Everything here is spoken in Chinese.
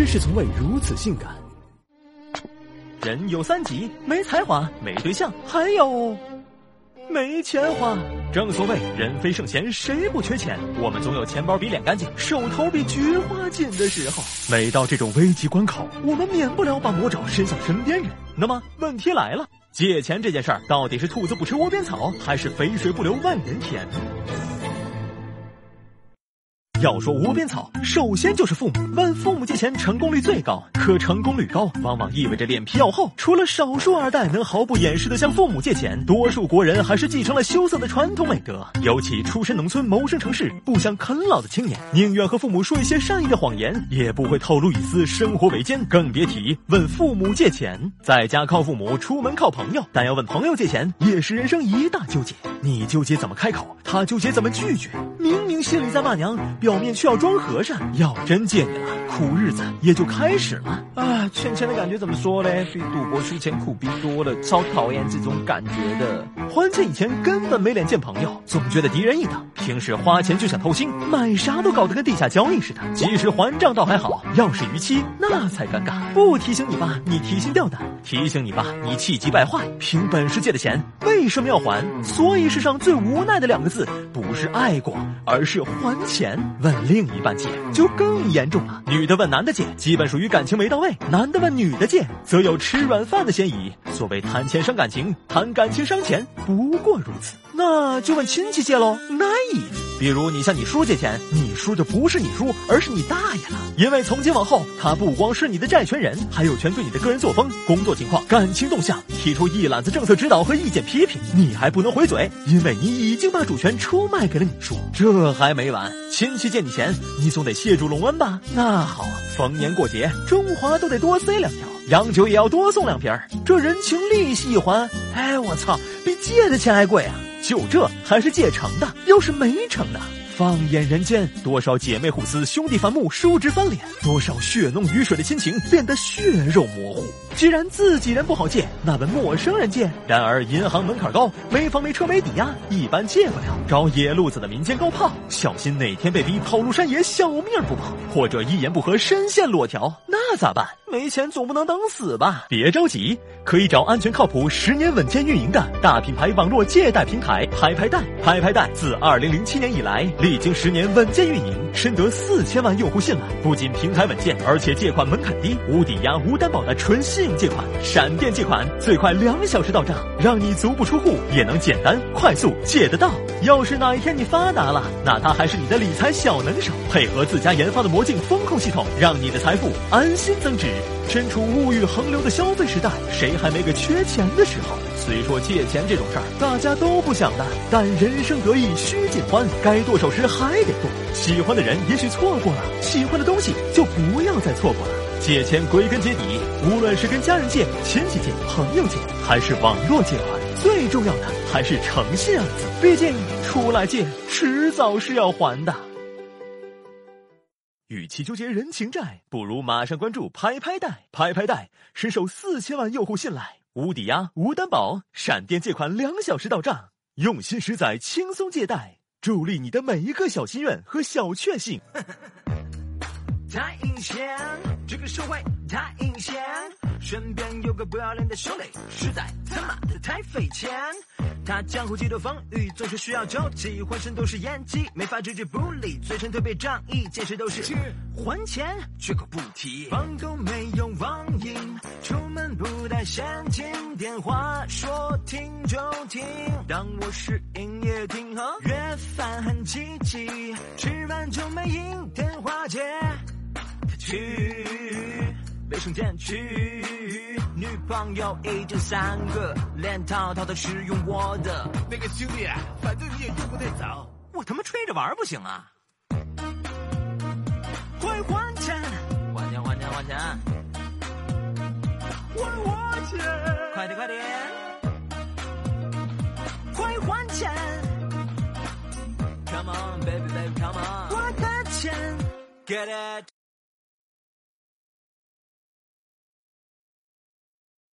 是从未如此性感。 人有3急：没才华、没对象，还有没钱花。正所谓人非圣贤，谁不缺钱？我们总有钱包比脸干净，手头比菊花紧的时候。每到这种危急关口，我们免不了把魔爪伸向身边人。那么问题来了，借钱这件事儿，到底是兔子不吃窝边草，还是肥水不流外人田？要说窝边草，首先就是父母。问父母借钱成功率最高，可成功率高往往意味着脸皮要厚。除了少数二代能毫不掩饰地向父母借钱，多数国人还是继承了羞涩的传统美德。尤其出身农村谋生城市，不想啃老的青年，宁愿和父母说一些善意的谎言，也不会透露一丝生活维艰，更别提问父母借钱。在家靠父母，出门靠朋友，但要问朋友借钱，也是人生一大纠结。你纠结怎么开口，他纠结怎么拒绝。明明心里在骂娘，表面却要装和善。要真借你了，苦日子也就开始了。 欠钱的感觉怎么说嘞？比赌博输钱苦逼多了，超讨厌这种感觉的。 还钱以前根本没脸见朋友，总觉得敌人一等。平时花钱就想偷腥，买啥都搞得跟地下交易似的。及时还账倒还好，要是逾期那才尴尬。不提醒你吧，你提心吊胆；提醒你吧，你气急败坏。凭本事借的钱，为什么要还？所以世上最无奈的2个字，不是爱过，而是还钱。问另一半借就更严重了。女的问男的借，基本属于感情没到位；男的问女的借，则有吃软饭的嫌疑。所谓谈钱伤感情，谈感情伤钱，不过如此。那就问亲戚借喽，naive。比如你向你叔借钱，你叔就不是你叔，而是你大爷了。因为从今往后，他不光是你的债权人，还有权对你的个人作风、工作情况、感情动向提出一揽子政策指导和意见批评。你还不能回嘴，因为你已经把主权出卖给了你叔。这还没完，亲戚借你钱，你总得谢主隆恩吧？那好，逢年过节，中华都得多塞2条，洋酒也要多送2瓶，这人情利息一还，我操，比借的钱还贵啊！就这还是借成的，要是没成的，放眼人间，多少姐妹互撕，兄弟反目，叔侄翻脸，多少血浓于水的亲情变得血肉模糊。既然自己人不好借，那问陌生人借。然而银行门槛高，没房没车没抵押，一般借不了。找野路子的民间高炮，小心哪天被逼跑入山野，小命不保。或者一言不合深陷裸条，那咋办？没钱总不能等死吧？别着急，可以找安全靠谱、10年稳健运营的大品牌网络借贷平台拍拍贷。拍拍贷自2007年以来，历经10年稳健运营，深得4000万用户信赖。不仅平台稳健，而且借款门槛低，无抵押、无担保的纯信用借款，闪电借款，最快2小时到账，让你足不出户也能简单快速借得到。要是哪一天你发达了，那它还是你的理财小能手，配合自家研发的魔镜风控系统，让你的财富安心增值。身处物欲横流的消费时代，谁还没个缺钱的时候？虽说借钱这种事儿大家都不想的，但人生得意须尽欢，该剁手时还得剁。喜欢的人也许错过了，喜欢的东西就不要再错过了。借钱归根结底，无论是跟家人借、亲戚借、朋友借，还是网络借款，最重要的还是诚信2字。毕竟出来借，迟早是要还的。与其纠结人情债，不如马上关注拍拍贷。拍拍贷深受4000万用户信赖，无抵押、无担保，闪电借款2小时到账，用心实在，轻松借贷，助力你的每一个小心愿和小确幸。 太阴险，这个社会太阴险，身边有个不要脸的兄弟，实在他妈的太费钱。他江湖几多风雨，总是需要救济，浑身都是演技，没法置之不理，嘴唇特别仗义，见识都是还钱，绝口不提。房东没用网银，出门不带现金，电话说停就停。当我是营业厅，约饭很积极，吃饭就没应电话接。去卫生间去，女朋友已经3个，连套套都是用我的。 那个兄弟，反正你也用不太早， 我他妈吹着玩不行啊！快还钱！还钱！还钱！还钱！还我钱！快点！快点！快还钱 ！Come on, baby, baby, come on！ 我的钱 ，Get it！